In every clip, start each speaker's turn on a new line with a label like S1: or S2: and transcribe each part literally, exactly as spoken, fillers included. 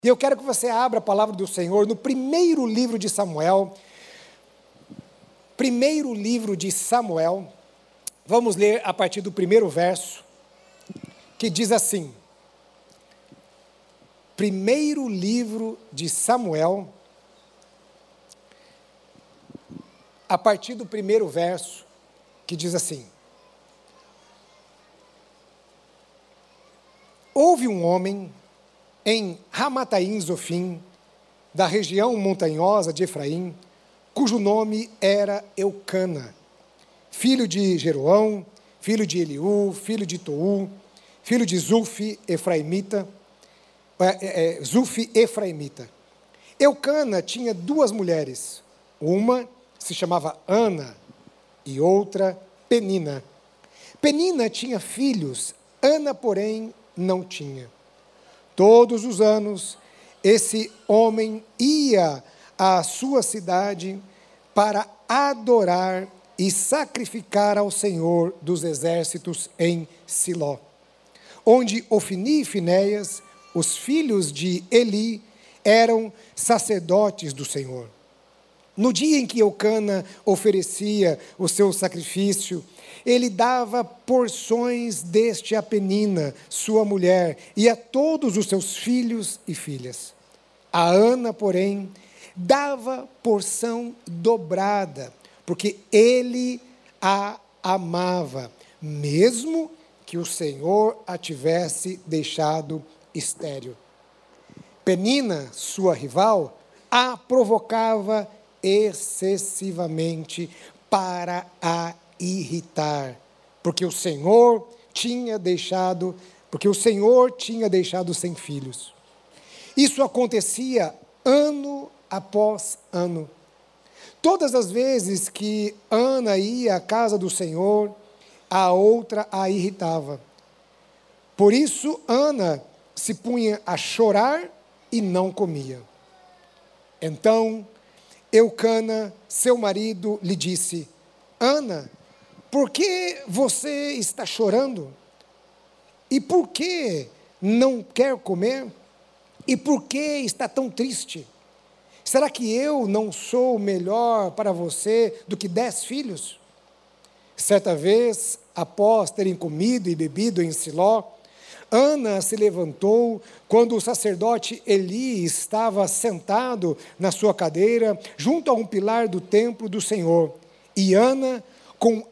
S1: E eu quero que você abra a palavra do Senhor no primeiro livro de Samuel. Primeiro livro de Samuel. Vamos ler a partir do primeiro verso, que diz assim. Primeiro livro de Samuel, a partir do primeiro verso, que diz assim. Houve um homem em Ramataim Zofim, da região montanhosa de Efraim, cujo nome era Eucana, filho de Jeroão, filho de Eliú, filho de Tou, filho de Zufi, Efraimita, é, é, Zufi, Efraimita. Eucana tinha duas mulheres, uma se chamava Ana e outra Penina. Penina tinha filhos, Ana, porém, não tinha. Todos os anos, esse homem ia à sua cidade para adorar e sacrificar ao Senhor dos exércitos em Siló, onde Ofni e Finéias, os filhos de Eli, eram sacerdotes do Senhor. No dia em que Eucana oferecia o seu sacrifício, ele dava porções deste a Penina, sua mulher, e a todos os seus filhos e filhas. A Ana, porém, dava porção dobrada, porque ele a amava, mesmo que o Senhor a tivesse deixado estéril. Penina, sua rival, a provocava excessivamente para a irritar, porque o Senhor tinha deixado, porque o Senhor tinha deixado sem filhos. Isso acontecia ano após ano. Todas as vezes que Ana ia à casa do Senhor, a outra a irritava. Por isso Ana se punha a chorar e não comia. Então Eucana, seu marido, lhe disse: Ana, por que você está chorando? E por que não quer comer? E por que está tão triste? Será que eu não sou melhor para você do que dez filhos? Certa vez, após terem comido e bebido em Siló, Ana se levantou quando o sacerdote Eli estava sentado na sua cadeira, junto a um pilar do templo do Senhor. E Ana, com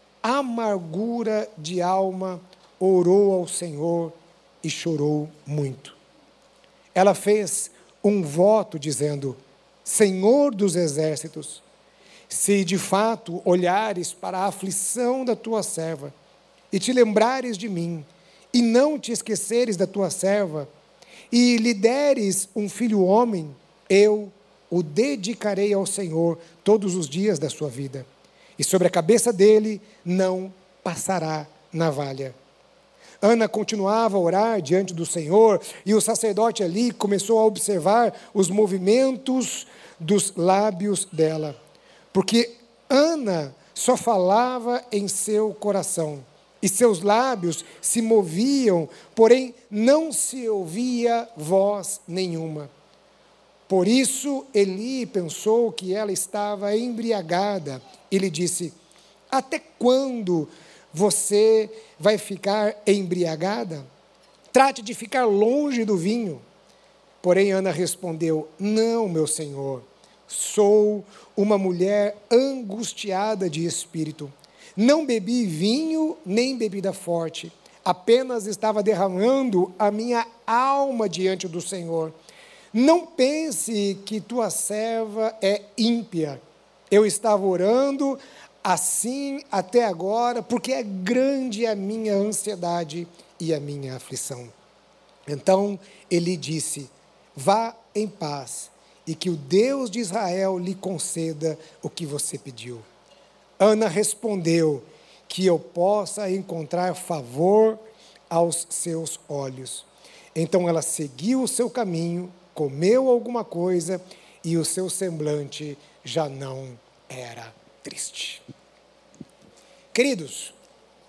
S1: amargura de alma, orou ao Senhor e chorou muito. Ela fez um voto dizendo: Senhor dos exércitos, se de fato olhares para a aflição da tua serva e te lembrares de mim, e não te esqueceres da tua serva, e lhe deres um filho homem, eu o dedicarei ao Senhor todos os dias da sua vida, e sobre a cabeça dele não passará navalha. Ana continuava a orar diante do Senhor, e o sacerdote ali começou a observar os movimentos dos lábios dela, porque Ana só falava em seu coração, e seus lábios se moviam, porém não se ouvia voz nenhuma. Por isso Eli pensou que ela estava embriagada e lhe disse: até quando você vai ficar embriagada? Trate de ficar longe do vinho. Porém Ana respondeu: não, meu senhor, sou uma mulher angustiada de espírito. Não bebi vinho nem bebida forte, apenas estava derramando a minha alma diante do Senhor. Não pense que tua serva é ímpia. Eu estava orando assim até agora, porque é grande a minha ansiedade e a minha aflição. Então ele disse: vá em paz, e que o Deus de Israel lhe conceda o que você pediu. Ana respondeu: que eu possa encontrar favor aos seus olhos. Então ela seguiu o seu caminho, comeu alguma coisa, e o seu semblante já não era triste. Queridos,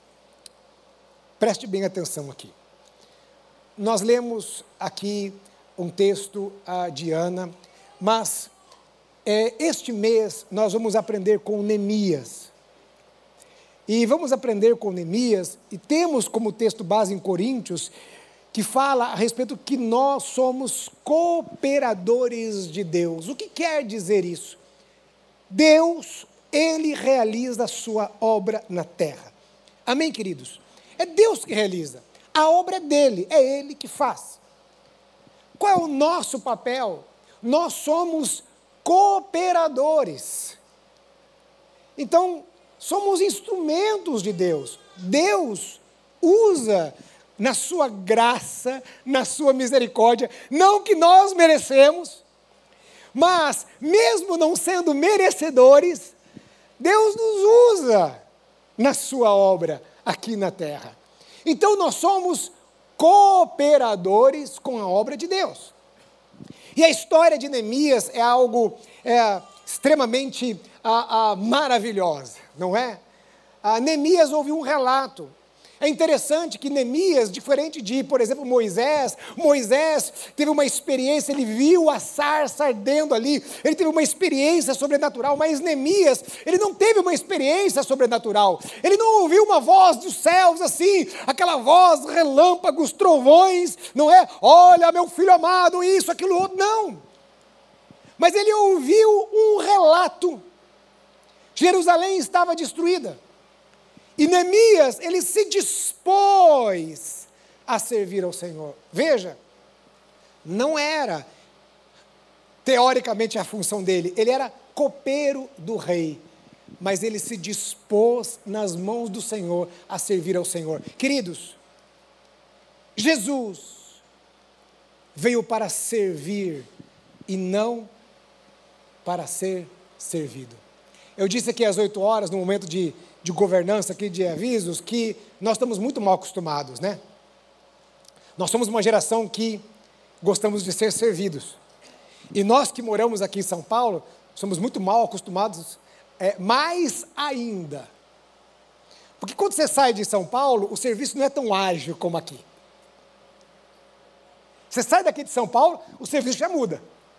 S1: preste bem atenção aqui. Nós lemos aqui um texto ah, de Ana, mas é, este mês nós vamos aprender com Neemias. E vamos aprender com Neemias, e temos como texto base em Coríntios, que fala a respeito que nós somos cooperadores de Deus. O que quer dizer isso? Deus, Ele realiza a sua obra na terra. Amém, queridos? É Deus que realiza. A obra é dele, é Ele que faz. Qual é o nosso papel? Nós somos cooperadores. Então, somos instrumentos de Deus. Deus usa na sua graça, na sua misericórdia, não que nós merecemos, mas mesmo não sendo merecedores, Deus nos usa na sua obra aqui na terra. Então nós somos cooperadores com a obra de Deus. E a história de Neemias é algo é, extremamente ah, ah, maravilhosa, não é? Ah, Neemias ouviu um relato. É interessante que Neemias, diferente de, por exemplo, Moisés, Moisés teve uma experiência, ele viu a sarça ardendo ali, ele teve uma experiência sobrenatural, mas Neemias, ele não teve uma experiência sobrenatural, ele não ouviu uma voz dos céus assim, aquela voz, relâmpagos, trovões, não é? Olha, meu filho amado, isso, aquilo, outro, não. Mas ele ouviu um relato, Jerusalém estava destruída. E Neemias, ele se dispôs a servir ao Senhor. Veja, não era teoricamente a função dele, ele era copeiro do rei, mas ele se dispôs nas mãos do Senhor a servir ao Senhor. Queridos, Jesus veio para servir e não para ser servido. Eu disse aqui às oito horas, no momento de de governança aqui, de avisos, que nós estamos muito mal acostumados, né? Nós somos uma geração que gostamos de ser servidos. E nós que moramos aqui em São Paulo, somos muito mal acostumados, é, mais ainda. Porque quando você sai de São Paulo, o serviço não é tão ágil como aqui. Você sai daqui de São Paulo, o serviço já muda.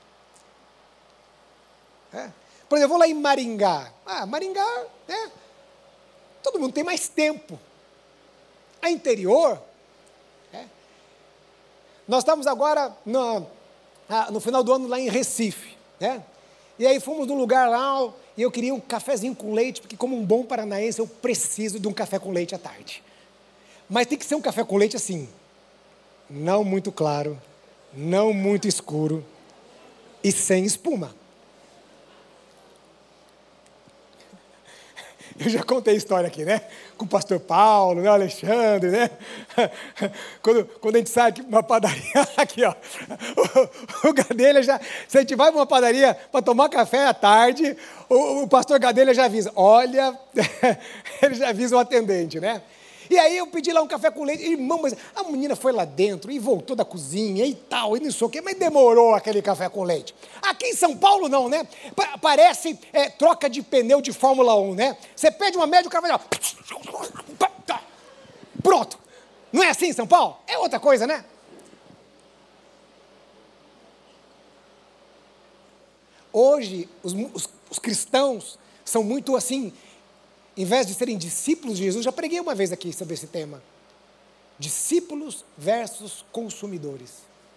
S1: É. Por exemplo, eu vou lá em Maringá. Ah, Maringá, né? Todo mundo tem mais tempo. A interior, é, nós estamos agora no, no final do ano lá em Recife, né? E aí fomos num lugar lá, e eu queria um cafezinho com leite, porque como um bom paranaense eu preciso de um café com leite à tarde. Mas tem que ser um café com leite assim, não muito claro, não muito escuro, e sem espuma. Eu já contei a história aqui, né? Com o pastor Paulo, né? O Alexandre, né? Quando, quando a gente sai aqui para uma padaria, aqui, ó. O, o Gadelha já... Se a gente vai para uma padaria para tomar café à tarde, o, o pastor Gadelha já avisa. Olha, ele já avisa o atendente, né? E aí eu pedi lá um café com leite, irmão, mas a menina foi lá dentro e voltou da cozinha e tal, e não sei o quê, mas demorou aquele café com leite. Aqui em São Paulo não, né? Pa- parece é, troca de pneu de Fórmula um, né? Você pede uma média, o cara vai lá, pronto. Não é assim em São Paulo? É outra coisa, né? Hoje, os, os, os cristãos são muito assim... Em vez de serem discípulos de Jesus, já preguei uma vez aqui sobre esse tema. Discípulos versus consumidores.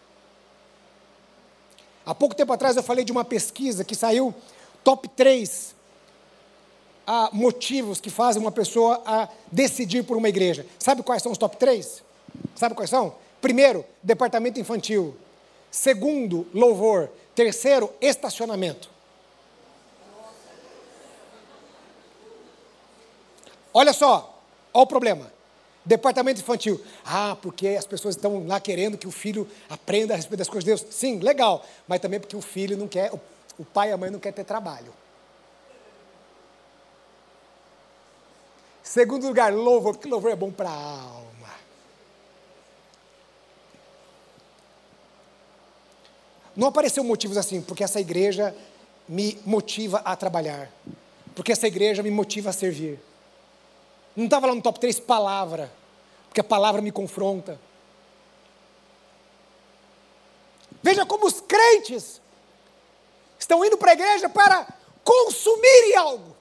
S1: Há pouco tempo atrás eu falei de uma pesquisa que saiu top três ah, motivos que fazem uma pessoa a decidir por uma igreja. Sabe quais são os top três? Sabe quais são? Primeiro, departamento infantil. Segundo, louvor. Terceiro, estacionamento. Olha só, olha o problema. Departamento infantil. Ah, porque as pessoas estão lá querendo que o filho aprenda a respeito das coisas de Deus. Sim, legal. Mas também porque o filho não quer, o, o pai e a mãe não querem ter trabalho. Segundo lugar, louvor, porque louvor é bom para a alma. Não apareceu motivos assim, porque essa igreja me motiva a trabalhar. Porque essa igreja me motiva a servir. Não estava lá no top três palavra, porque a palavra me confronta. Veja como os crentes estão indo para a igreja para consumirem algo.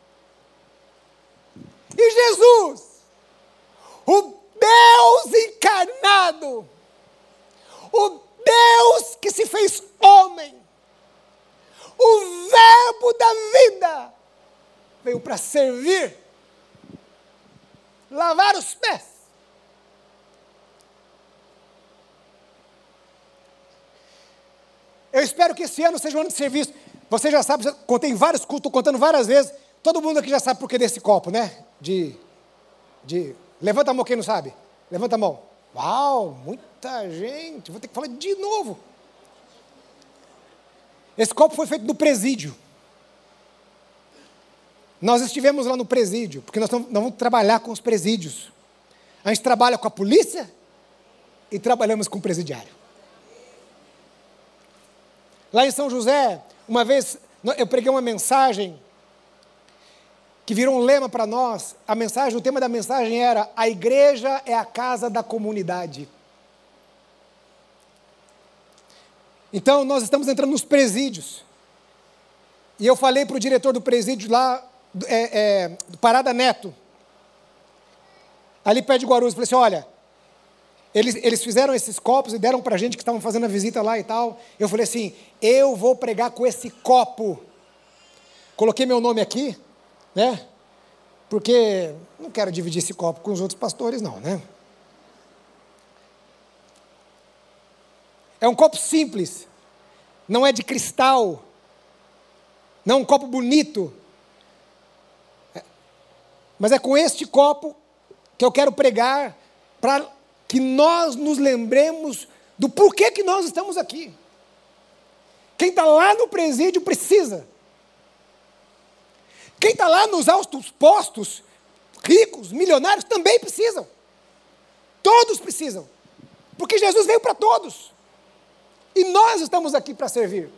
S1: E Jesus, o Deus encarnado, o Deus que se fez homem, o Verbo da vida, veio para servir, lavar os pés. Eu espero que esse ano seja um ano de serviço. Você já sabe, já contei vários cultos, estou contando várias vezes. Todo mundo aqui já sabe por que desse copo, né? De, de... Levanta a mão quem não sabe. Levanta a mão. Uau, muita gente. Vou ter que falar de novo. Esse copo foi feito no presídio. Nós estivemos lá no presídio, porque nós, nós vamos trabalhar com os presídios. A gente trabalha com a polícia e trabalhamos com o presidiário. Lá em São José, uma vez, eu preguei uma mensagem que virou um lema para nós. A mensagem, o tema da mensagem era: a igreja é a casa da comunidade. Então, nós estamos entrando nos presídios. E eu falei para o diretor do presídio lá, é, é, do Parada Neto, ali perto de Guarulhos, falei assim: olha, eles, eles fizeram esses copos e deram para a gente que estavam fazendo a visita lá e tal. Eu falei assim: eu vou pregar com esse copo. Coloquei meu nome aqui, né? Porque não quero dividir esse copo com os outros pastores, não, né? É um copo simples, não é de cristal, não é um copo bonito, mas é com este copo que eu quero pregar para que nós nos lembremos do porquê que nós estamos aqui. Quem está lá no presídio precisa. Quem está lá nos altos postos, ricos, milionários, também precisam. Todos precisam. Porque Jesus veio para todos. E nós estamos aqui para servir.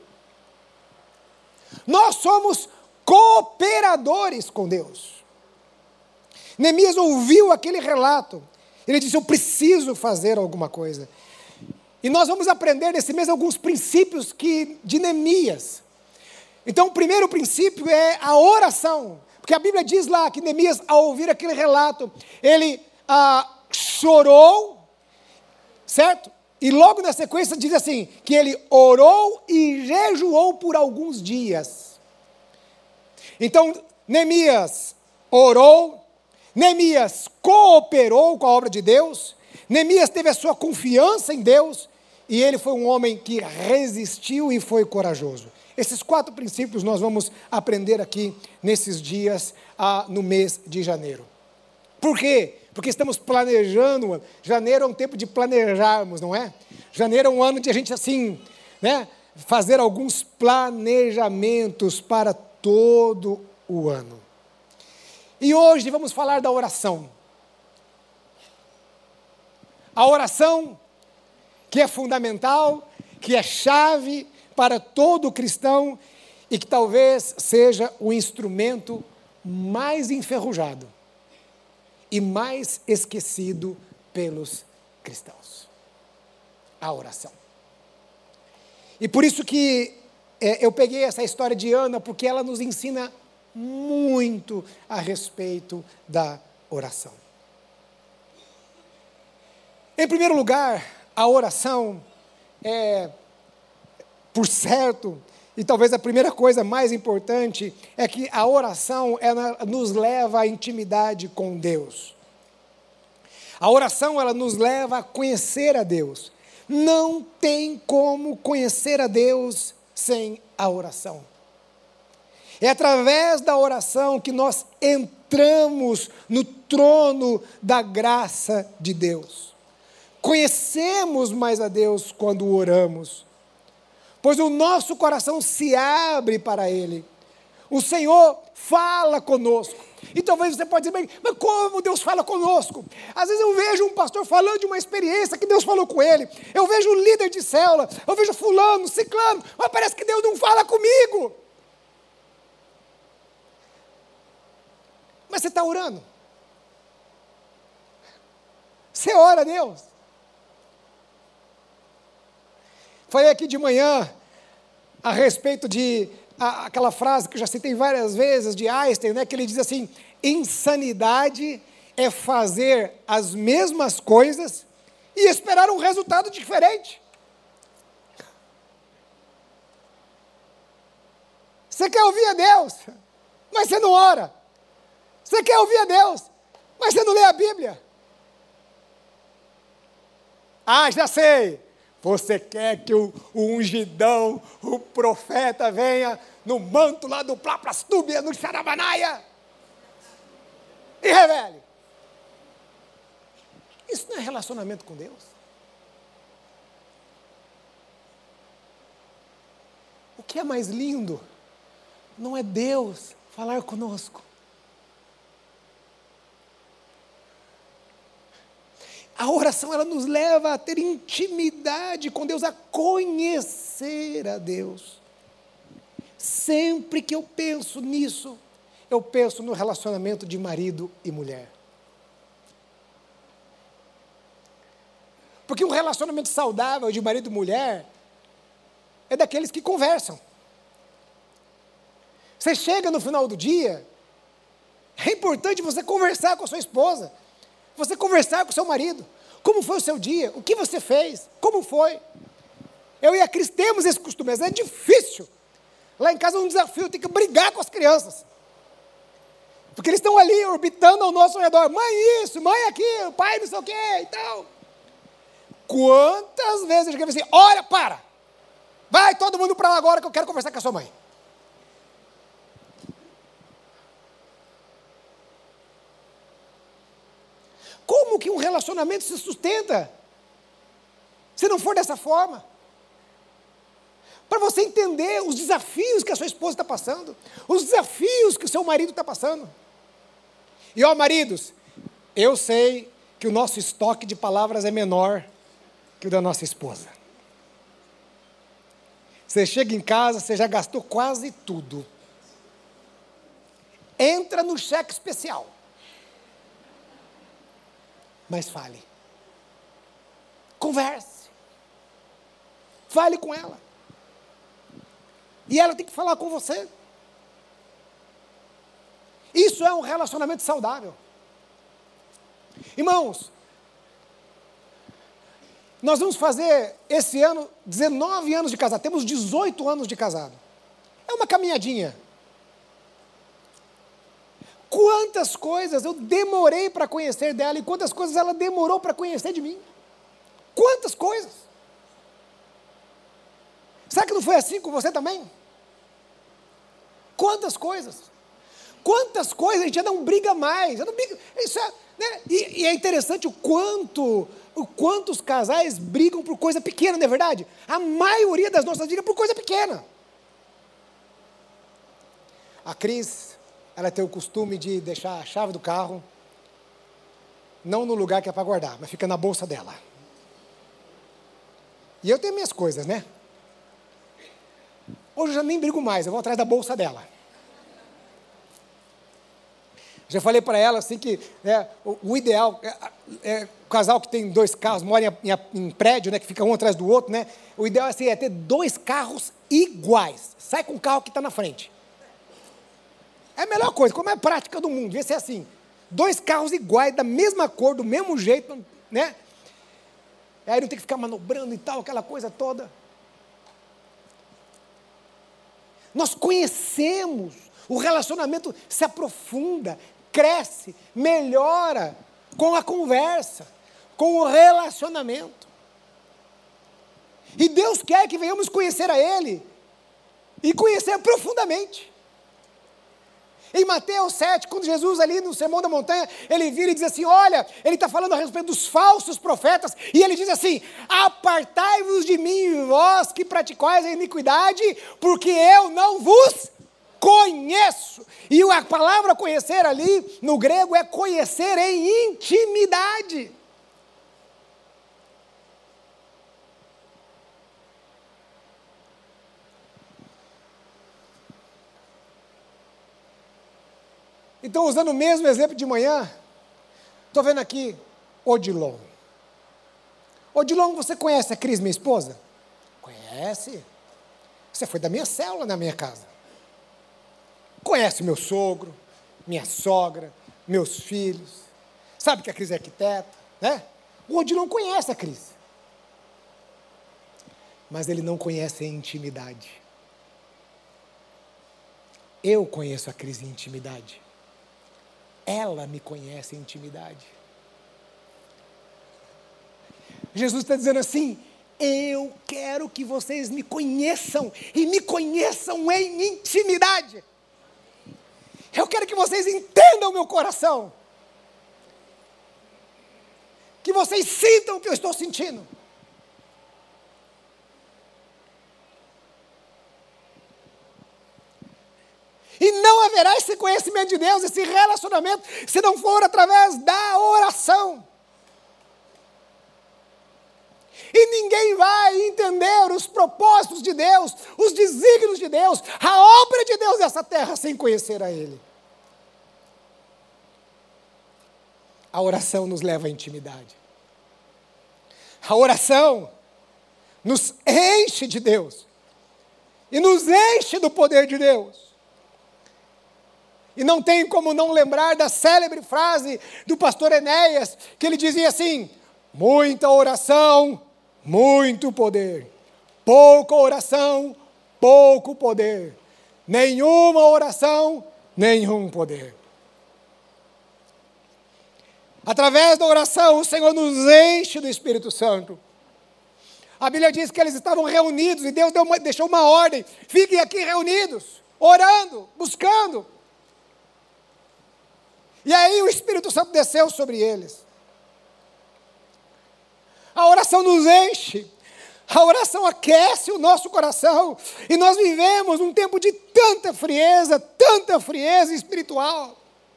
S1: Nós somos cooperadores com Deus. Neemias ouviu aquele relato. Ele disse: eu preciso fazer alguma coisa. E nós vamos aprender nesse mês alguns princípios que, de Neemias. Então, o primeiro princípio é a oração. Porque a Bíblia diz lá que Neemias, ao ouvir aquele relato, ele ah, chorou, certo? E logo na sequência diz assim, que ele orou e jejuou por alguns dias. Então, Neemias orou, Neemias cooperou com a obra de Deus, Neemias teve a sua confiança em Deus, e ele foi um homem que resistiu e foi corajoso. Esses quatro princípios nós vamos aprender aqui nesses dias, ah, no mês de janeiro. Por quê? Porque estamos planejando. Janeiro é um tempo de planejarmos, não é? Janeiro é um ano de a gente assim, né, fazer alguns planejamentos para todo o ano. E hoje vamos falar da oração. A oração que é fundamental, que é chave para todo cristão e que talvez seja o instrumento mais enferrujado e mais esquecido pelos cristãos. A oração. E por isso que é, eu peguei essa história de Ana, porque ela nos ensina muito a respeito da oração. Em primeiro lugar, a oração é, por certo, e talvez a primeira coisa mais importante, é que a oração ela nos leva à intimidade com Deus. A oração ela nos leva a conhecer a Deus. Não tem como conhecer a Deus sem a oração. É através da oração que nós entramos no trono da graça de Deus. Conhecemos mais a Deus quando oramos, pois o nosso coração se abre para Ele. O Senhor fala conosco. E talvez você pode dizer, mas como Deus fala conosco? Às vezes eu vejo um pastor falando de uma experiência que Deus falou com ele. Eu vejo um líder de célula, eu vejo fulano, ciclano, mas parece que Deus não fala comigo. Mas você está orando? Você ora a Deus? Falei aqui de manhã a respeito de a, aquela frase que eu já citei várias vezes, de Einstein, né, que ele diz assim: insanidade é fazer as mesmas coisas e esperar um resultado diferente. Você quer ouvir a Deus, mas você não ora. Você quer ouvir a Deus, mas você não lê a Bíblia. Ah, já sei. Você quer que o, o ungidão, o profeta venha no manto lá do Plaplastúbia, no Xarabanaia e revele. Isso não é relacionamento com Deus? O que é mais lindo não é Deus falar conosco. A oração, ela nos leva a ter intimidade com Deus, a conhecer a Deus. Sempre que eu penso nisso, eu penso no relacionamento de marido e mulher. Porque um relacionamento saudável de marido e mulher é daqueles que conversam. Você chega no final do dia, é importante você conversar com a sua esposa, você conversar com o seu marido. Como foi o seu dia? O que você fez? Como foi? Eu e a Cris temos esse costume, mas é difícil. Lá em casa é um desafio, eu tenho que brigar com as crianças. Porque eles estão ali orbitando ao nosso redor. Mãe isso, mãe aquilo, pai não sei o quê e tal. Quantas vezes eu já falei assim: olha, para! Vai todo mundo para lá agora que eu quero conversar com a sua mãe. Como que um relacionamento se sustenta se não for dessa forma? Para você entender os desafios que a sua esposa está passando, os desafios que o seu marido está passando. E ó, maridos, eu sei que o nosso estoque de palavras é menor que o da nossa esposa. Você chega em casa, você já gastou quase tudo. Entra no cheque especial. Mas fale. Converse. Fale com ela. E ela tem que falar com você. Isso é um relacionamento saudável. Irmãos, nós vamos fazer esse ano dezenove anos de casado. Temos dezoito anos de casado. É uma caminhadinha. Quantas coisas eu demorei para conhecer dela e quantas coisas ela demorou para conhecer de mim. Quantas coisas. Será que não foi assim com você também? Quantas coisas. Quantas coisas a gente já não briga mais. Já não briga, isso é, né? e, e é interessante o quanto, o quanto os casais brigam por coisa pequena, não é verdade? A maioria das nossas brigas é por coisa pequena. A Cris, ela tem o costume de deixar a chave do carro, não no lugar que é para guardar, mas fica na bolsa dela. E eu tenho minhas coisas, né? Hoje eu já nem brigo mais, eu vou atrás da bolsa dela. Já falei para ela assim que né, o, o ideal, é, é, o casal que tem dois carros, mora em, em, em prédio, né, que fica um atrás do outro, né? O ideal assim, é ter dois carros iguais. Sai com o carro que está na frente. É a melhor coisa, como é a prática do mundo, devia ser assim. Dois carros iguais, da mesma cor, do mesmo jeito, né? Aí não tem que ficar manobrando e tal, aquela coisa toda. Nós conhecemos, o relacionamento se aprofunda, cresce, melhora com a conversa, com o relacionamento. E Deus quer que venhamos conhecer a Ele e conhecer profundamente. Em Mateus sete, quando Jesus ali no Sermão da Montanha, ele vira e diz assim, olha, ele está falando a respeito dos falsos profetas, e ele diz assim, apartai-vos de mim, vós que praticais a iniquidade, porque eu não vos conheço. E a palavra conhecer ali, no grego, é conhecer em intimidade. Então, usando o mesmo exemplo de manhã, estou vendo aqui Odilon. Odilon, você conhece a Cris, minha esposa? Conhece. Conhece. Você foi da minha célula na minha casa. Conhece meu sogro, minha sogra, meus filhos. Sabe que a Cris é arquiteta, né? O Odilon conhece a Cris. Mas ele não conhece em intimidade. Eu conheço a Cris em intimidade. Ela me conhece em intimidade. Jesus está dizendo assim: eu quero que vocês me conheçam, e me conheçam em intimidade. Eu quero que vocês entendam o meu coração. Que vocês sintam o que eu estou sentindo. E não haverá esse conhecimento de Deus, esse relacionamento, se não for através da oração. E ninguém vai entender os propósitos de Deus, os desígnios de Deus, a obra de Deus nessa terra, sem conhecer a Ele. A oração nos leva à intimidade. A oração nos enche de Deus. E nos enche do poder de Deus. E não tem como não lembrar da célebre frase do pastor Enéas, que ele dizia assim: muita oração, muito poder. Pouca oração, pouco poder. Nenhuma oração, nenhum poder. Através da oração, o Senhor nos enche do Espírito Santo. A Bíblia diz que eles estavam reunidos e Deus deu uma, deixou uma ordem: fiquem aqui reunidos, orando, buscando. E aí o Espírito Santo desceu sobre eles. A oração nos enche, a oração aquece o nosso coração, e nós vivemos um tempo de tanta frieza, tanta frieza espiritual.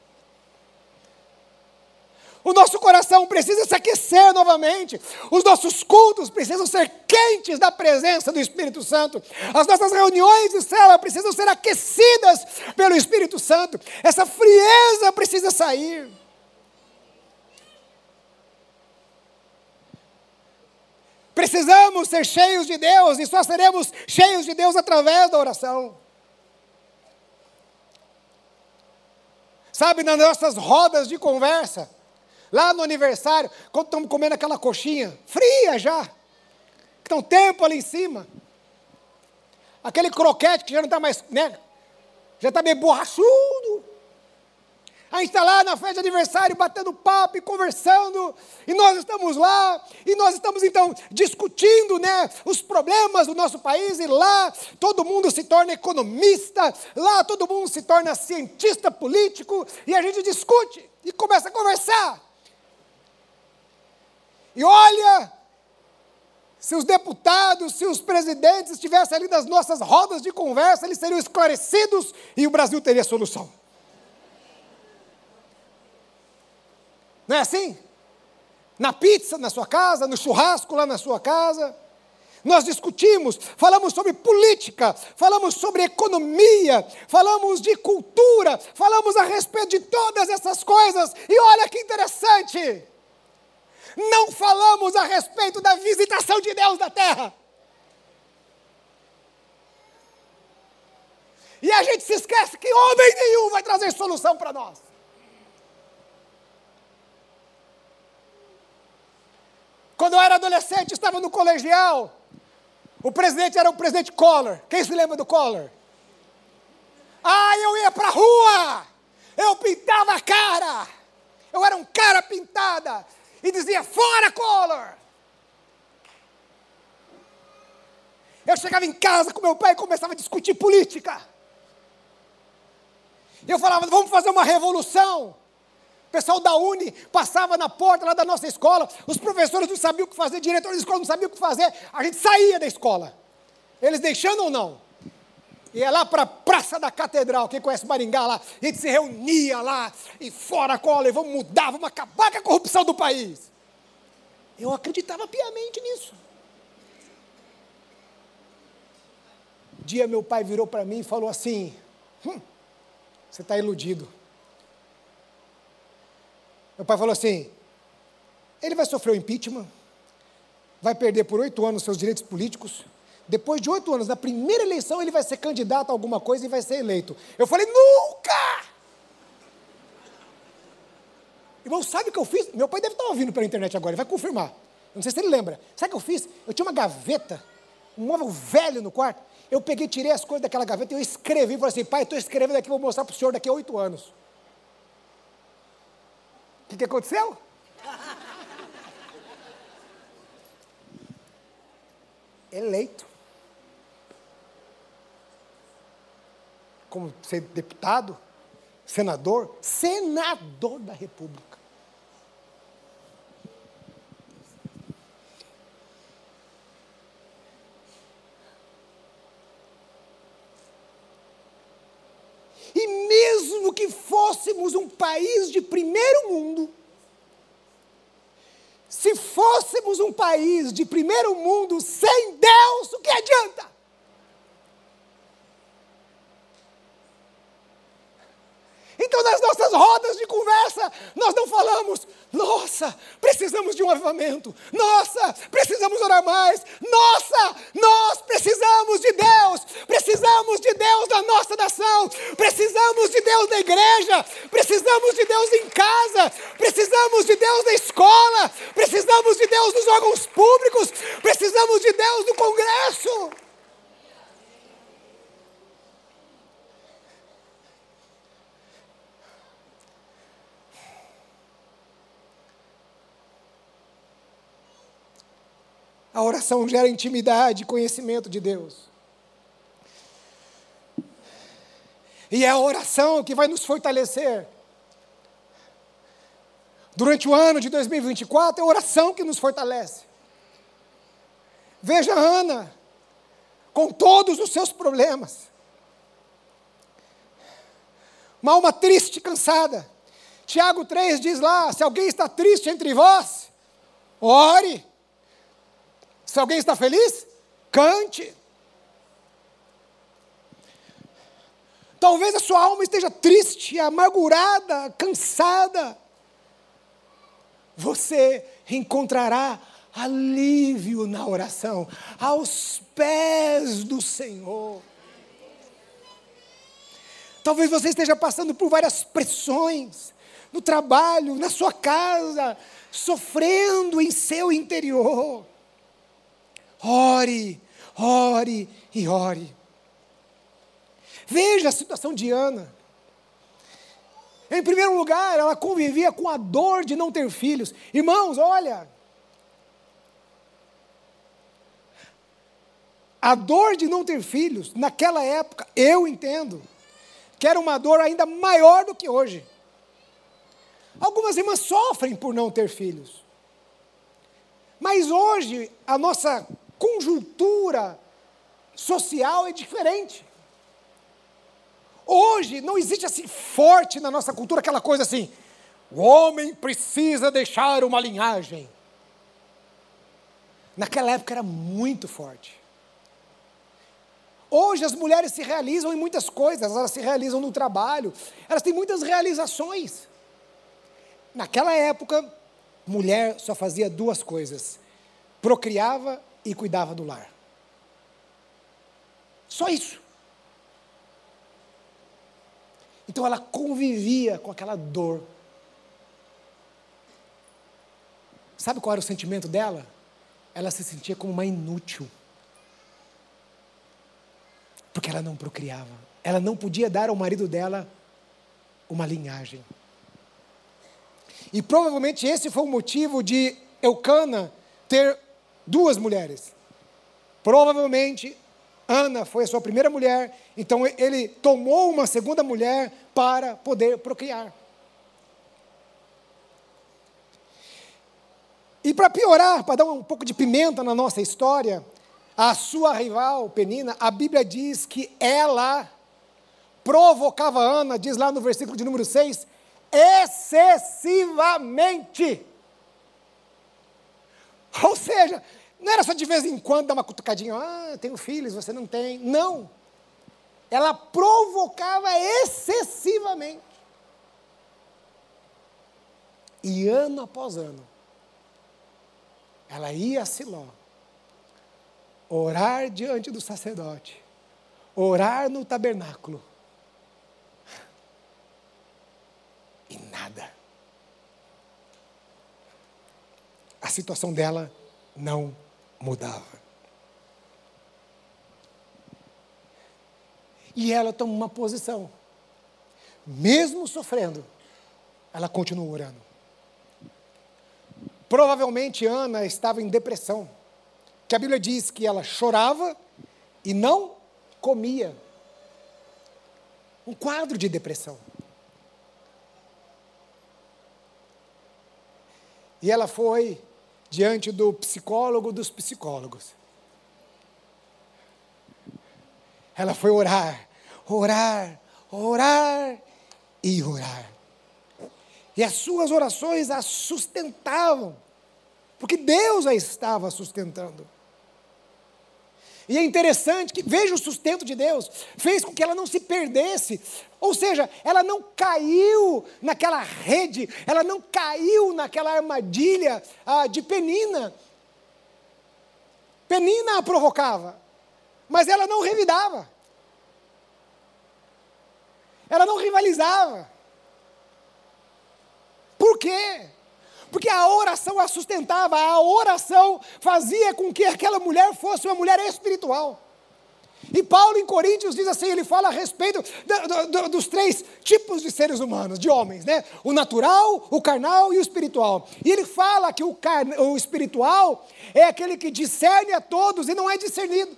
S1: O nosso coração precisa se aquecer novamente. Os nossos cultos precisam ser quentes da presença do Espírito Santo. As nossas reuniões de célula precisam ser aquecidas pelo Espírito Santo. Essa frieza precisa sair. Precisamos ser cheios de Deus, e só seremos cheios de Deus através da oração. Sabe, nas nossas rodas de conversa, lá no aniversário, quando estamos comendo aquela coxinha, fria já, que está um tempo ali em cima, aquele croquete que já não está mais, né, já está meio borrachudo, a gente está lá na festa de aniversário, batendo papo e conversando, e nós estamos lá, e nós estamos então discutindo, né, os problemas do nosso país, e lá todo mundo se torna economista, lá todo mundo se torna cientista político, e a gente discute, e começa a conversar. E olha, se os deputados, se os presidentes estivessem ali nas nossas rodas de conversa, eles seriam esclarecidos e o Brasil teria solução. Não é assim? Na pizza, na sua casa, no churrasco lá na sua casa. Nós discutimos, falamos sobre política, falamos sobre economia, falamos de cultura, falamos a respeito de todas essas coisas. E olha que interessante! Não falamos a respeito da visitação de Deus na terra. E a gente se esquece que homem nenhum vai trazer solução para nós. Quando eu era adolescente, estava no colegial, o presidente era o presidente Collor. Quem se lembra do Collor? Ah, eu ia para a rua, eu pintava a cara, eu era um cara pintada, e dizia, fora Collor! Eu chegava em casa com meu pai e começava a discutir política. Eu falava, vamos fazer uma revolução. O pessoal da Uni passava na porta lá da nossa escola, os professores não sabiam o que fazer, diretores da escola não sabiam o que fazer, a gente saía da escola. Eles deixando ou não? Ia lá para a Praça da Catedral, quem conhece Maringá lá, a gente se reunia lá, e fora Collor, e vamos mudar, vamos acabar com a corrupção do país. Eu acreditava piamente nisso. Um dia meu pai virou para mim e falou assim, hum, você está iludido. Meu pai falou assim, ele vai sofrer o impeachment, vai perder por oito anos seus direitos políticos, depois de oito anos, na primeira eleição, ele vai ser candidato a alguma coisa e vai ser eleito. Eu falei, nunca! Irmão, sabe o que eu fiz? Meu pai deve estar ouvindo pela internet agora, ele vai confirmar. Não sei se ele lembra. Sabe o que eu fiz? Eu tinha uma gaveta, um móvel velho no quarto. Eu peguei, tirei as coisas daquela gaveta e eu escrevi. Falei assim, pai, estou escrevendo aqui, vou mostrar para o senhor daqui a oito anos. O que, que aconteceu? Eleito. Como ser deputado, senador, senador da República. E mesmo que fôssemos um país de primeiro mundo, se fôssemos um país de primeiro mundo sem Deus, o que adianta? Então, nas nossas rodas de conversa, nós não falamos, nossa, precisamos de um avivamento, nossa, precisamos orar mais, nossa, nós precisamos de Deus, precisamos de Deus na nossa nação, precisamos de Deus na igreja, precisamos de Deus em casa, precisamos de Deus na escola, precisamos de Deus nos órgãos públicos, precisamos de Deus no Congresso. A oração gera intimidade e conhecimento de Deus. E é a oração que vai nos fortalecer. Durante o ano de dois mil e vinte e quatro, é a oração que nos fortalece. Veja Ana, com todos os seus problemas. Uma alma triste e cansada. Tiago três diz lá, se alguém está triste entre vós, ore. Se alguém está feliz, cante. Talvez a sua alma esteja triste, amargurada, cansada. Você encontrará alívio na oração, aos pés do Senhor. Talvez você esteja passando por várias pressões, no trabalho, na sua casa, sofrendo em seu interior. Ore, ore e ore. Veja a situação de Ana. Em primeiro lugar, ela convivia com a dor de não ter filhos. Irmãos, olha. A dor de não ter filhos, naquela época, eu entendo, que era uma dor ainda maior do que hoje. Algumas irmãs sofrem por não ter filhos. Mas hoje, a nossa conjuntura social é diferente. Hoje não existe assim forte na nossa cultura aquela coisa assim, o homem precisa deixar uma linhagem. Naquela época era muito forte. Hoje as mulheres se realizam em muitas coisas, elas se realizam no trabalho, elas têm muitas realizações. Naquela época, mulher só fazia duas coisas, procriava e cuidava do lar. Só isso. Então ela convivia com aquela dor. Sabe qual era o sentimento dela? Ela se sentia como uma inútil. Porque ela não procriava. Ela não podia dar ao marido dela uma linhagem. E provavelmente esse foi o motivo de Eucana ter duas mulheres. Provavelmente Ana foi a sua primeira mulher, então ele tomou uma segunda mulher para poder procriar. E para piorar, para dar um pouco de pimenta na nossa história, a sua rival, Penina, a Bíblia diz que ela provocava Ana, diz lá no versículo de número seis, excessivamente. Ou seja, não era só de vez em quando dar uma cutucadinha, ah, tenho filhos, você não tem. Não. Ela provocava excessivamente. E ano após ano, ela ia a Siló, orar diante do sacerdote, orar no tabernáculo, e nada. A situação dela não mudava. E ela toma uma posição. Mesmo sofrendo, ela continua orando. Provavelmente Ana estava em depressão, que a Bíblia diz que ela chorava e não comia. Um quadro de depressão. E ela foi diante do psicólogo dos psicólogos. Ela foi orar, orar, orar e orar. E as suas orações a sustentavam, porque Deus a estava sustentando. E é interessante que, veja o sustento de Deus, fez com que ela não se perdesse, ou seja, ela não caiu naquela rede, ela não caiu naquela armadilha ah, de Penina. Penina a provocava, mas ela não revidava, ela não rivalizava. Por quê? Porque a oração a sustentava, a oração fazia com que aquela mulher fosse uma mulher espiritual. E Paulo em Coríntios diz assim, ele fala a respeito do, do, dos três tipos de seres humanos, de homens, né? O natural, o carnal e o espiritual. E ele fala que o, car, o espiritual é aquele que discerne a todos e não é discernido.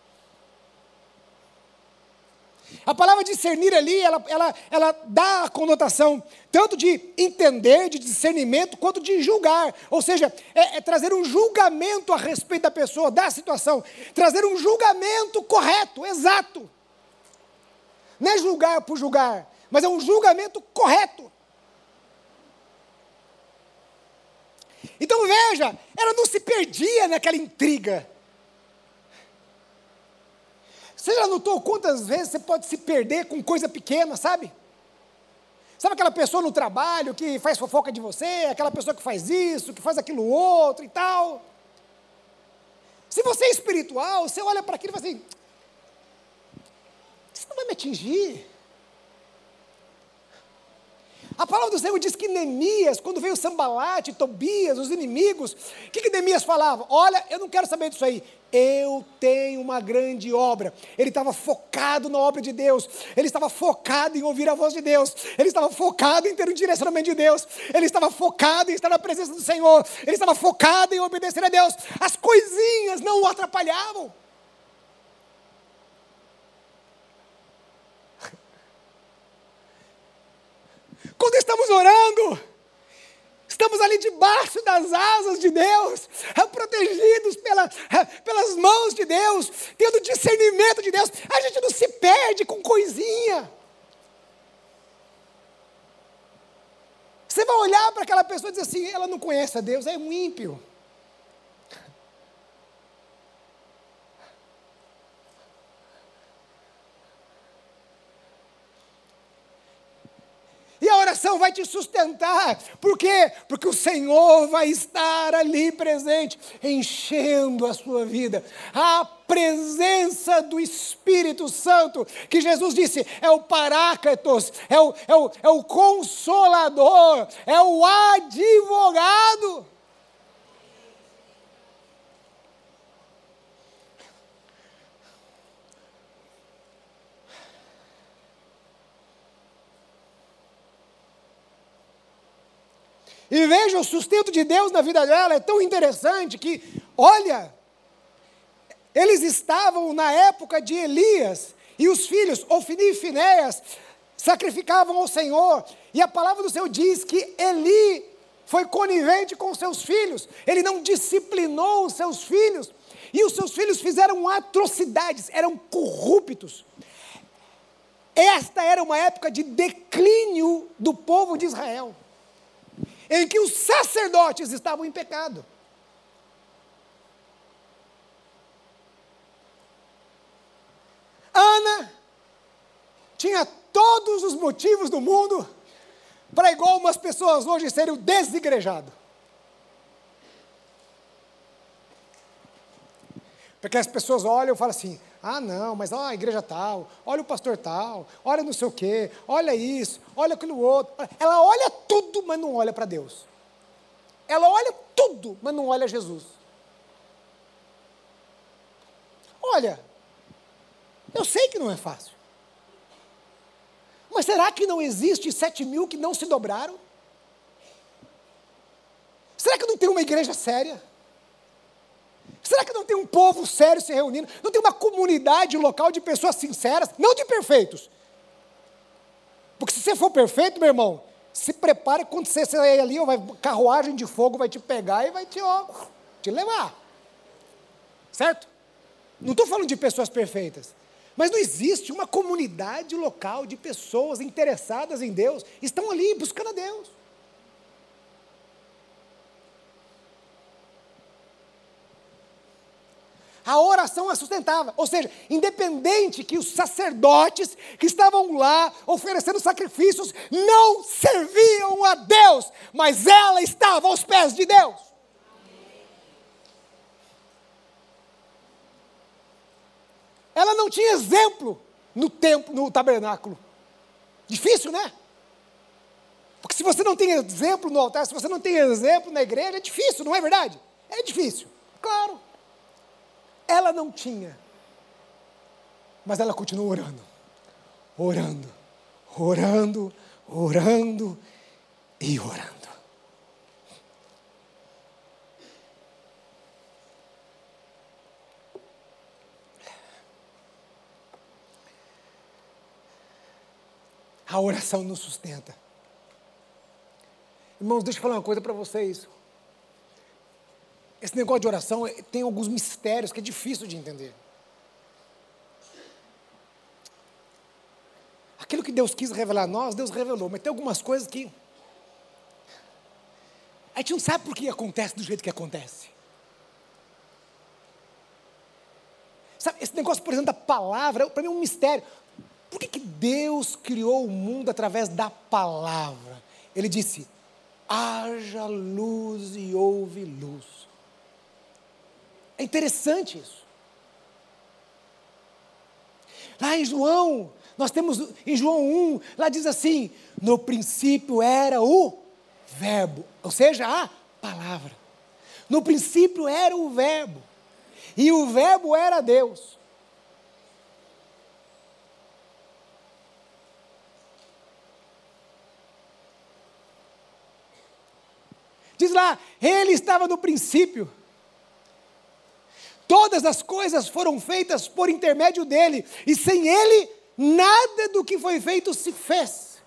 S1: A palavra discernir ali, ela, ela, ela dá a conotação tanto de entender, de discernimento, quanto de julgar. Ou seja, é, é trazer um julgamento a respeito da pessoa, da situação. Trazer um julgamento correto, exato. Não é julgar por julgar, mas é um julgamento correto. Então veja, ela não se perdia naquela intriga. Você já notou quantas vezes você pode se perder com coisa pequena, sabe? Sabe aquela pessoa no trabalho que faz fofoca de você, aquela pessoa que faz isso, que faz aquilo outro e tal. Se você é espiritual, você olha para aquilo e fala assim, isso não vai me atingir. A palavra do Senhor diz que Neemias, quando veio Sambalate, Tobias, os inimigos, o que, que Neemias falava? Olha, eu não quero saber disso aí. Eu tenho uma grande obra. Ele estava focado na obra de Deus. Ele estava focado em ouvir a voz de Deus. Ele estava focado em ter um direcionamento de Deus. Ele estava focado em estar na presença do Senhor. Ele estava focado em obedecer a Deus. As coisinhas não o atrapalhavam. Quando estamos orando, estamos ali debaixo das asas de Deus, protegidos pela, pelas mãos de Deus, tendo discernimento de Deus. A gente não se perde com coisinha. Você vai olhar para aquela pessoa e dizer assim, ela não conhece a Deus, é um ímpio. E a oração vai te sustentar. Por quê? Porque o Senhor vai estar ali presente, enchendo a sua vida. A presença do Espírito Santo, que Jesus disse, é o Paráclitos, é o, é o, é o Consolador, é o advogado. E veja, o sustento de Deus na vida dela é tão interessante que, olha, eles estavam na época de Elias, e os filhos, Ofni e Finéias, sacrificavam ao Senhor, e a palavra do Senhor diz que Eli foi conivente com seus filhos, ele não disciplinou os seus filhos, e os seus filhos fizeram atrocidades, eram corruptos. Esta era uma época de declínio do povo de Israel, em que os sacerdotes estavam em pecado. Ana tinha todos os motivos do mundo para, igual umas pessoas hoje, serem desigrejados. Porque as pessoas olham e falam assim, ah não, mas olha a igreja tal, olha o pastor tal, olha não sei o quê, olha isso, olha aquilo outro. Ela olha tudo, mas não olha para Deus. Ela olha tudo, mas não olha Jesus. Olha, eu sei que não é fácil. Mas será que não existe sete mil que não se dobraram? Será que não tem uma igreja séria? Será que não tem um povo sério se reunindo? Não tem uma comunidade local de pessoas sinceras, não de perfeitos? Porque se você for perfeito, meu irmão, se prepare quando você sair ali, ó, vai, carruagem de fogo vai te pegar e vai te, ó, te levar. Certo? Não estou falando de pessoas perfeitas. Mas não existe uma comunidade local de pessoas interessadas em Deus, estão ali buscando a Deus. A oração é sustentável, ou seja, independente que os sacerdotes que estavam lá oferecendo sacrifícios não serviam a Deus, mas ela estava aos pés de Deus. Ela não tinha exemplo no templo, no tabernáculo. Difícil, né? Porque se você não tem exemplo no altar, se você não tem exemplo na igreja, é difícil, não é verdade? É difícil, claro. Ela não tinha, mas ela continuou orando, orando, orando, orando e orando. A oração nos sustenta. Irmãos, deixa eu falar uma coisa para vocês. Esse negócio de oração tem alguns mistérios que é difícil de entender. Aquilo que Deus quis revelar a nós, Deus revelou, mas tem algumas coisas que a gente não sabe por que acontece do jeito que acontece. Sabe, esse negócio, por exemplo, da palavra, para mim é um mistério. Por que que Deus criou o mundo através da palavra? Ele disse, haja luz e houve luz. É interessante isso. Lá em João, nós temos, em João um, lá diz assim, no princípio era o verbo, ou seja, a palavra. No princípio era o verbo, e o verbo era Deus. Diz lá, ele estava no princípio. Todas as coisas foram feitas por intermédio dele, e sem ele, nada do que foi feito se fez.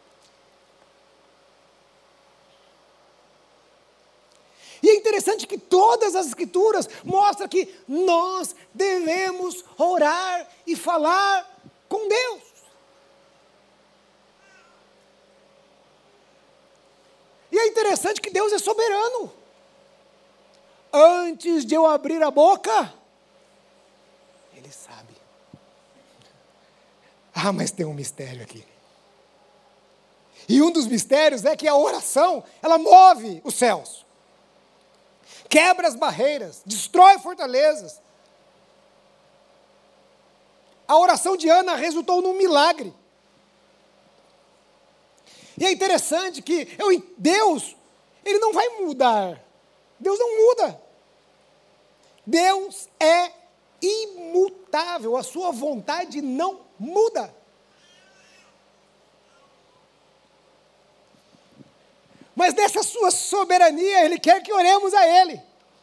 S1: E é interessante que todas as escrituras mostram que nós devemos orar e falar com Deus. E é interessante que Deus é soberano. Antes de eu abrir a boca, Ele sabe. Ah, mas tem um mistério aqui. E um dos mistérios é que a oração, ela move os céus. Quebra as barreiras, destrói fortalezas. A oração de Ana resultou num milagre. E é interessante que eu, Deus, Ele não vai mudar. Deus não muda. Deus é imutável. A sua vontade não muda. Mas nessa sua soberania, Ele quer que oremos a Ele.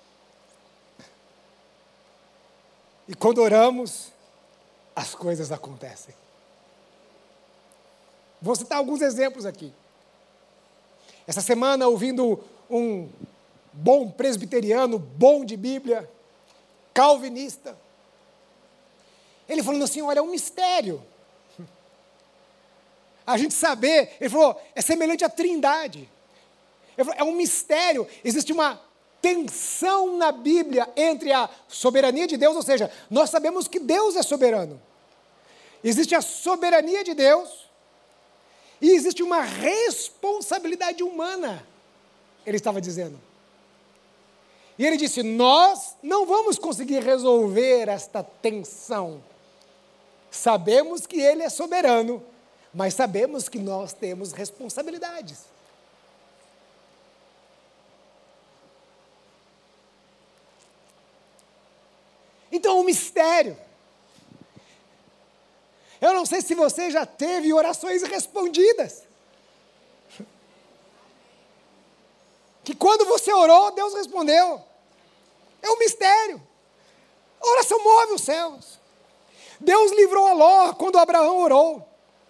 S1: E quando oramos, as coisas acontecem. Vou citar alguns exemplos aqui. Essa semana, ouvindo um bom presbiteriano, bom de Bíblia, calvinista, ele falando assim, olha, é um mistério. A gente saber, ele falou, é semelhante à Trindade. Ele falou, é um mistério, existe uma tensão na Bíblia entre a soberania de Deus, ou seja, nós sabemos que Deus é soberano. Existe a soberania de Deus, e existe uma responsabilidade humana, ele estava dizendo. E ele disse: nós não vamos conseguir resolver esta tensão. Sabemos que ele é soberano, mas sabemos que nós temos responsabilidades. Então, o mistério. Eu não sei se você já teve orações respondidas. Que quando você orou, Deus respondeu. É um mistério. A oração move os céus. Deus livrou a Ló quando Abraão orou.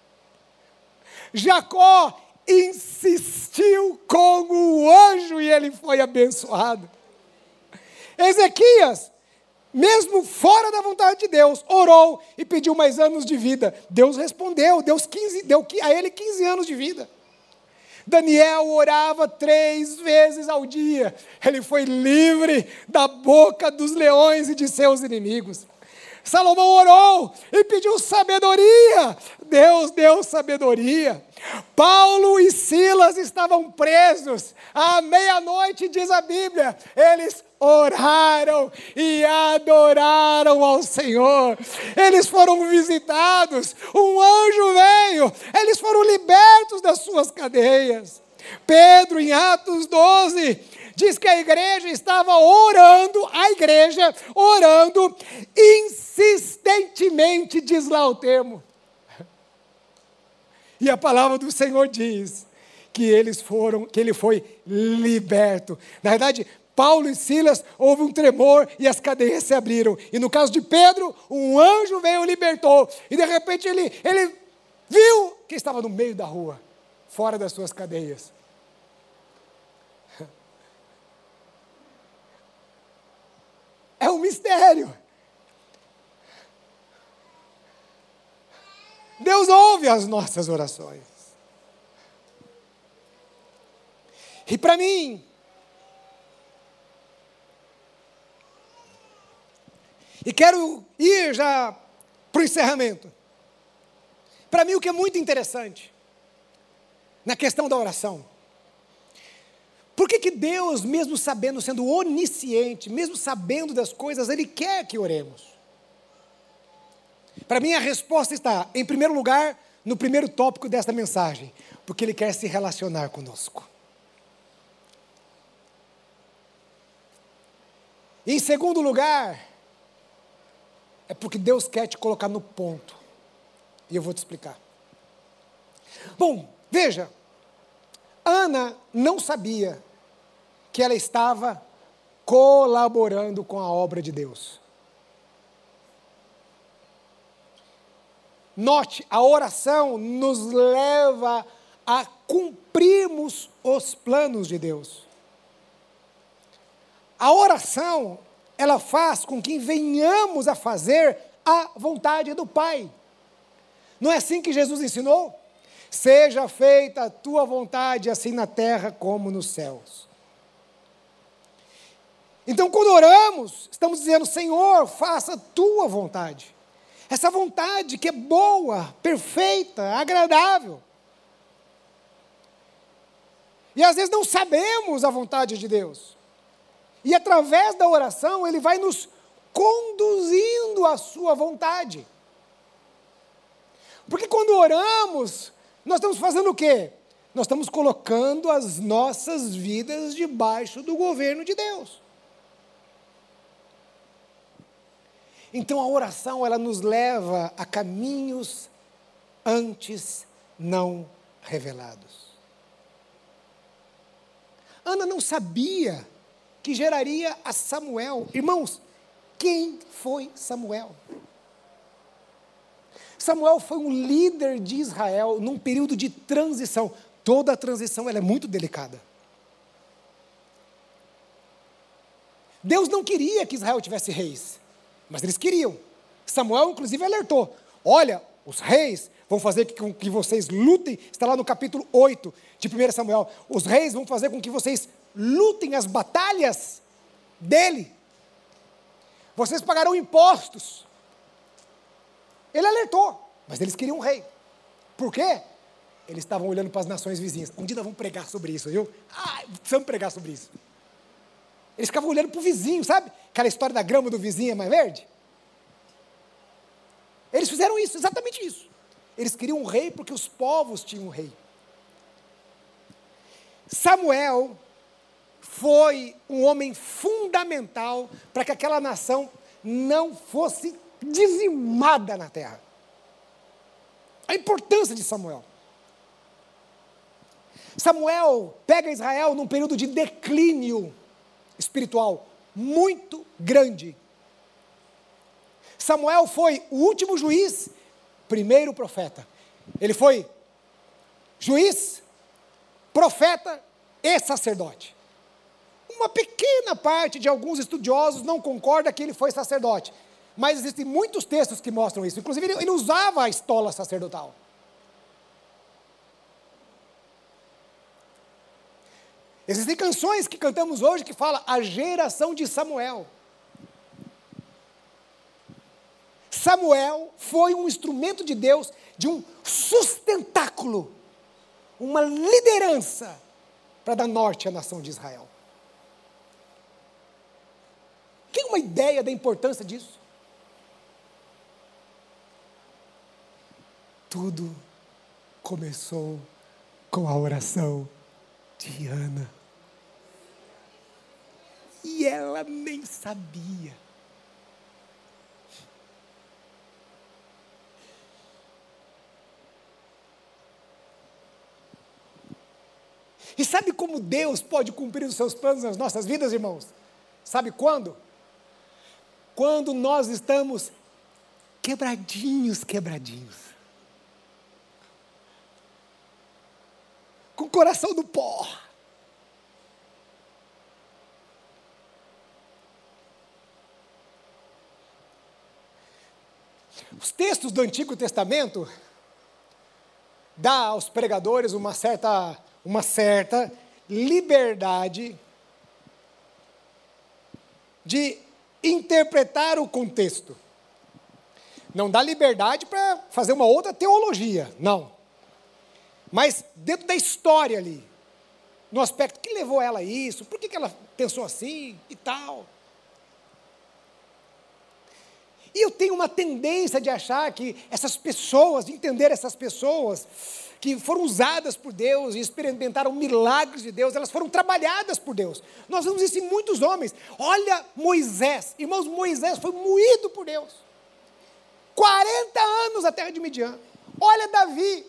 S1: Jacó insistiu com o anjo e ele foi abençoado. Ezequias, mesmo fora da vontade de Deus, orou e pediu mais anos de vida. Deus respondeu, Deus quinze, deu a ele quinze anos de vida. Daniel orava três vezes ao dia. Ele foi livre da boca dos leões e de seus inimigos. Salomão orou e pediu sabedoria. Deus deu sabedoria. Paulo e Silas estavam presos. À meia-noite, diz a Bíblia, eles oraram e adoraram ao Senhor. Eles foram visitados. Um anjo veio. Eles foram libertos das suas cadeias. Pedro, em Atos doze, diz que a igreja estava orando, a igreja orando insistentemente, diz lá o termo. E a palavra do Senhor diz que eles foram, que ele foi liberto. Na verdade, Paulo e Silas, houve um tremor e as cadeias se abriram. E no caso de Pedro, um anjo veio e libertou. E de repente ele, ele viu que estava no meio da rua, fora das suas cadeias. É um mistério. Deus ouve as nossas orações. E para mim, e quero ir já para o encerramento. Para mim, o que é muito interessante na questão da oração. Por que que Deus, mesmo sabendo, sendo onisciente, mesmo sabendo das coisas, Ele quer que oremos? Para mim, a resposta está, em primeiro lugar, no primeiro tópico desta mensagem. Porque Ele quer se relacionar conosco. E em segundo lugar, é porque Deus quer te colocar no ponto. E eu vou te explicar. Bom, veja. Ana não sabia que ela estava colaborando com a obra de Deus. Note, a oração nos leva a cumprirmos os planos de Deus. A oração, ela faz com que venhamos a fazer a vontade do Pai. Não é assim que Jesus ensinou? Seja feita a tua vontade, assim na terra como nos céus. Então, quando oramos, estamos dizendo: Senhor, faça a tua vontade. Essa vontade que é boa, perfeita, agradável. E às vezes não sabemos a vontade de Deus. E através da oração, Ele vai nos conduzindo à sua vontade. Porque quando oramos, nós estamos fazendo o quê? Nós estamos colocando as nossas vidas debaixo do governo de Deus. Então a oração, ela nos leva a caminhos antes não revelados. Ana não sabia que geraria a Samuel. Irmãos, quem foi Samuel? Samuel foi um líder de Israel num período de transição. Toda a transição ela é muito delicada. Deus não queria que Israel tivesse reis, mas eles queriam. Samuel, inclusive, alertou: olha, os reis vão fazer com que vocês lutem. Está lá no capítulo oito de primeiro Samuel. Os reis vão fazer com que vocês lutem as batalhas dele. Vocês pagarão impostos. Ele alertou, mas eles queriam um rei. Por quê? Eles estavam olhando para as nações vizinhas. Um dia nós vamos pregar sobre isso, viu? Ah, precisamos pregar sobre isso. Eles ficavam olhando para o vizinho, sabe? Aquela história da grama do vizinho é mais verde. Eles fizeram isso, exatamente isso. Eles queriam um rei porque os povos tinham um rei. Samuel foi um homem fundamental para que aquela nação não fosse dizimada na terra. A importância de Samuel. Samuel pega Israel num período de declínio espiritual muito grande. Samuel foi o último juiz, primeiro profeta. Ele foi juiz, profeta e sacerdote. Uma pequena parte de alguns estudiosos não concorda que ele foi sacerdote, mas existem muitos textos que mostram isso. Inclusive, ele, ele usava a estola sacerdotal. Existem canções que cantamos hoje que falam a geração de Samuel. Samuel foi um instrumento de Deus, de um sustentáculo, uma liderança para dar norte à nação de Israel. Tem uma ideia da importância disso? Tudo começou com a oração de Ana. E ela nem sabia. E sabe como Deus pode cumprir os seus planos nas nossas vidas, irmãos? Sabe quando? Quando nós estamos quebradinhos, quebradinhos. Com o coração no pó. Os textos do Antigo Testamento dão aos pregadores uma certa, uma certa liberdade de interpretar o contexto. Não dá liberdade para fazer uma outra teologia, não. Mas dentro da história ali, no aspecto que levou ela a isso, por que, que ela pensou assim e tal. E eu tenho uma tendência de achar que essas pessoas, de entender essas pessoas que foram usadas por Deus e experimentaram milagres de Deus, elas foram trabalhadas por Deus. Nós vemos isso em muitos homens. Olha Moisés, irmãos, Moisés foi moído por Deus. quarenta anos na terra de Midian. Olha Davi.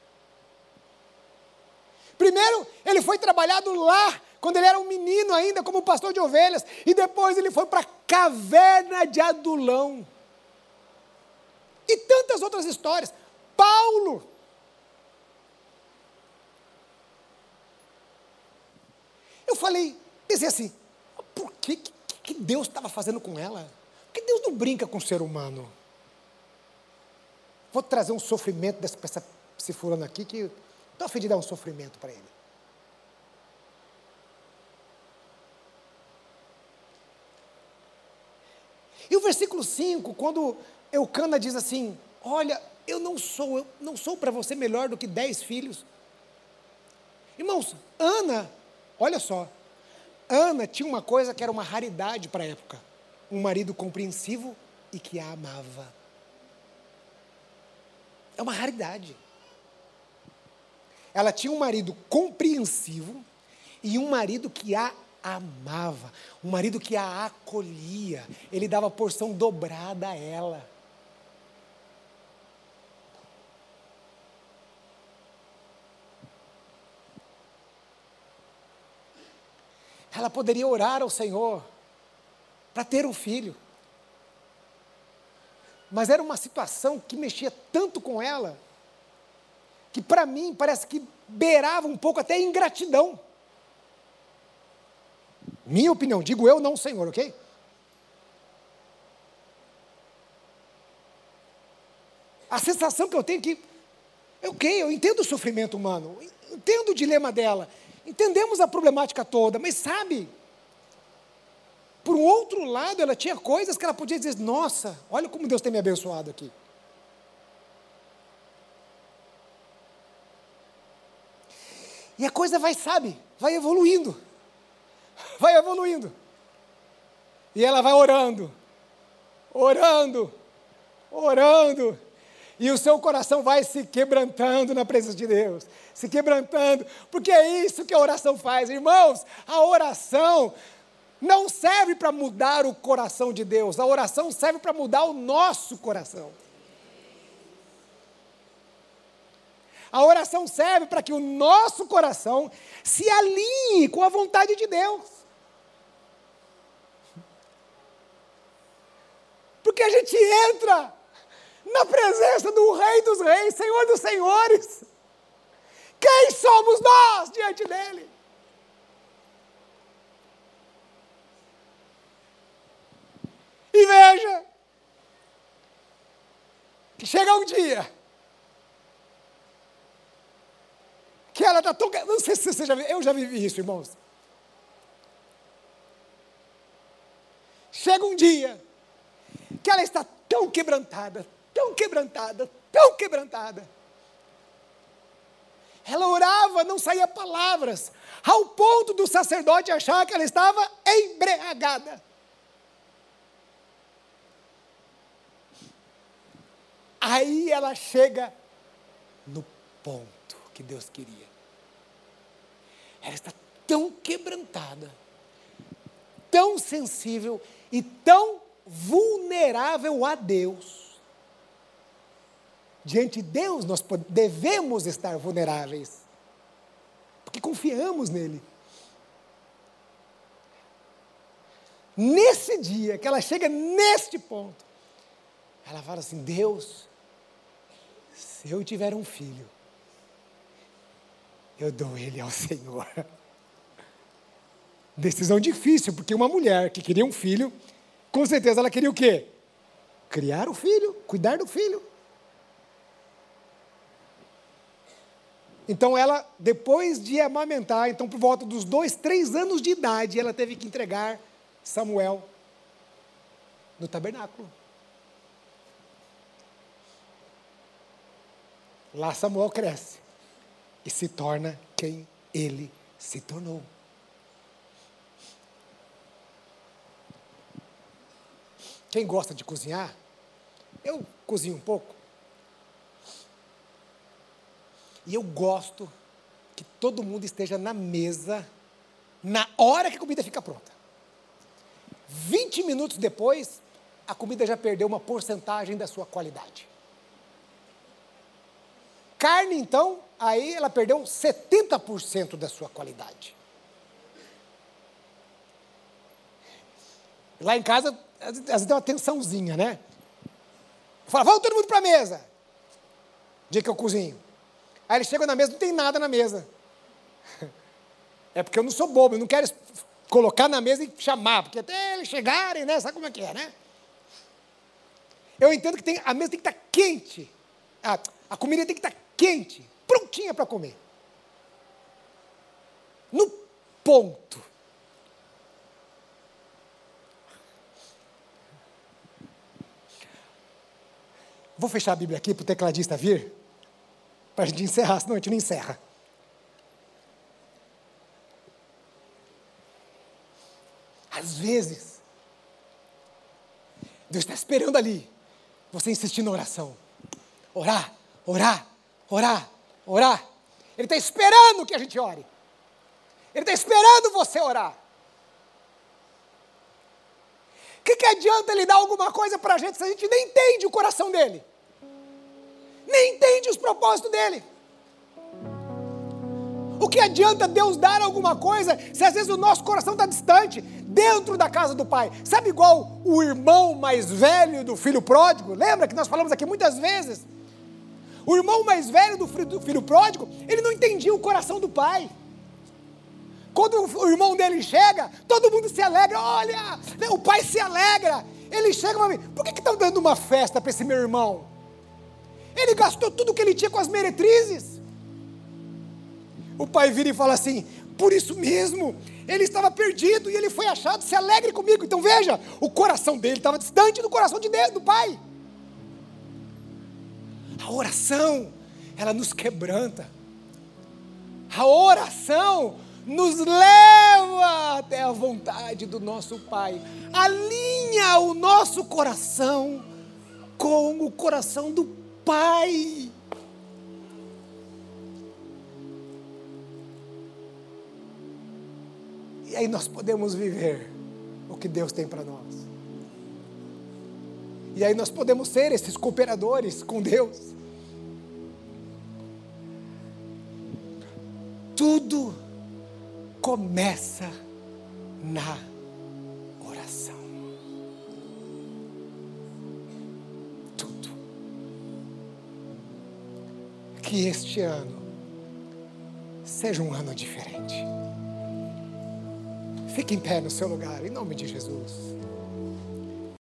S1: Primeiro, ele foi trabalhado lá, quando ele era um menino ainda, como pastor de ovelhas, e depois ele foi para a caverna de Adulão. E tantas outras histórias. Paulo. Eu falei, pensei assim, por que, que Deus estava fazendo com ela? Porque Deus não brinca com o ser humano. Vou trazer um sofrimento dessa pessoa, esse fulano aqui, que estou a fim de dar um sofrimento para ele. E o versículo cinco, quando Eucana diz assim, olha, eu não sou, eu não sou para você melhor do que dez filhos. Irmãos, Ana, olha só, Ana tinha uma coisa que era uma raridade para a época, um marido compreensivo e que a amava. É uma raridade. Ela tinha um marido compreensivo e um marido que a amava, um marido que a acolhia, ele dava porção dobrada a ela. Ela poderia orar ao Senhor para ter um filho. Mas era uma situação que mexia tanto com ela, que para mim parece que beirava um pouco até ingratidão. Minha opinião, digo eu, não o Senhor, ok? A sensação que eu tenho é que, ok, eu entendo o sofrimento humano, entendo o dilema dela, entendemos a problemática toda, mas sabe, por um outro lado, ela tinha coisas que ela podia dizer, nossa, olha como Deus tem me abençoado aqui. E a coisa vai, sabe, vai evoluindo, vai evoluindo. E ela vai orando, orando, orando. E o seu coração vai se quebrantando na presença de Deus. Se quebrantando. Porque é isso que a oração faz. Irmãos, a oração não serve para mudar o coração de Deus. A oração serve para mudar o nosso coração. A oração serve para que o nosso coração se alinhe com a vontade de Deus. Porque a gente entra na presença do Rei dos Reis, Senhor dos Senhores. Quem somos nós diante dele? E veja, que chega um dia, que ela está tão... Não sei se você já viu, eu já vivi isso, irmãos. Chega um dia, que ela está tão quebrantada, tão quebrantada, tão quebrantada. Ela orava, não saía palavras, ao ponto do sacerdote achar que ela estava embriagada. Aí ela chega no ponto que Deus queria. Ela está tão quebrantada, tão sensível e tão vulnerável a Deus. Diante de Deus nós devemos estar vulneráveis, porque confiamos nele. Nesse dia que ela chega neste ponto, ela fala assim: Deus, se eu tiver um filho, eu dou ele ao Senhor. Decisão difícil, porque uma mulher que queria um filho, com certeza ela queria o quê? Criar o filho, cuidar do filho. Então ela, depois de amamentar, então por volta dos dois, três anos de idade, ela teve que entregar Samuel no tabernáculo. Lá Samuel cresce e se torna quem ele se tornou. Quem gosta de cozinhar, eu cozinho um pouco. E eu gosto que todo mundo esteja na mesa na hora que a comida fica pronta. vinte minutos depois, a comida já perdeu uma porcentagem da sua qualidade. Carne, então, aí ela perdeu setenta por cento da sua qualidade. Lá em casa, às vezes tem uma tensãozinha, né? Fala, vamos todo mundo para a mesa. Dia que eu cozinho. Aí eles chegam na mesa, não tem nada na mesa. É porque eu não sou bobo, eu não quero colocar na mesa e chamar, porque até eles chegarem, né? Sabe como é que é, né? Eu entendo que tem, a mesa tem que estar quente. A, a comida tem que estar quente, prontinha para comer. No ponto. Vou fechar a Bíblia aqui para o tecladista vir, para a gente encerrar, senão a gente não encerra. Às vezes, Deus está esperando ali, você insistir na oração. Orar, orar, orar, orar. Ele está esperando que a gente ore. Ele está esperando você orar. O que, que adianta Ele dar alguma coisa para a gente se a gente nem entende o coração dEle? Nem entende os propósitos dEle? O que adianta Deus dar alguma coisa se às vezes o nosso coração está distante, dentro da casa do Pai? Sabe igual o irmão mais velho do filho pródigo? Lembra que nós falamos aqui muitas vezes? O irmão mais velho do filho, do filho pródigo, ele não entendia o coração do pai. Quando o irmão dele chega, todo mundo se alegra. Olha, o pai se alegra. Ele chega e fala, por que que estão dando uma festa para esse meu irmão? Ele gastou tudo que ele tinha com as meretrizes. O pai vira e fala assim, por isso mesmo, ele estava perdido e ele foi achado, se alegre comigo. Então veja, o coração dele estava distante do coração de Deus, do pai. A oração, ela nos quebranta. A oração nos leva leva até a vontade do nosso Pai, alinha o nosso coração com o coração do Pai. E aí nós podemos viver o que Deus tem para nós. E aí nós podemos ser esses cooperadores com Deus. Tudo começa na oração. Tudo. Que este ano seja um ano diferente. Fique em pé no seu lugar, em nome de Jesus.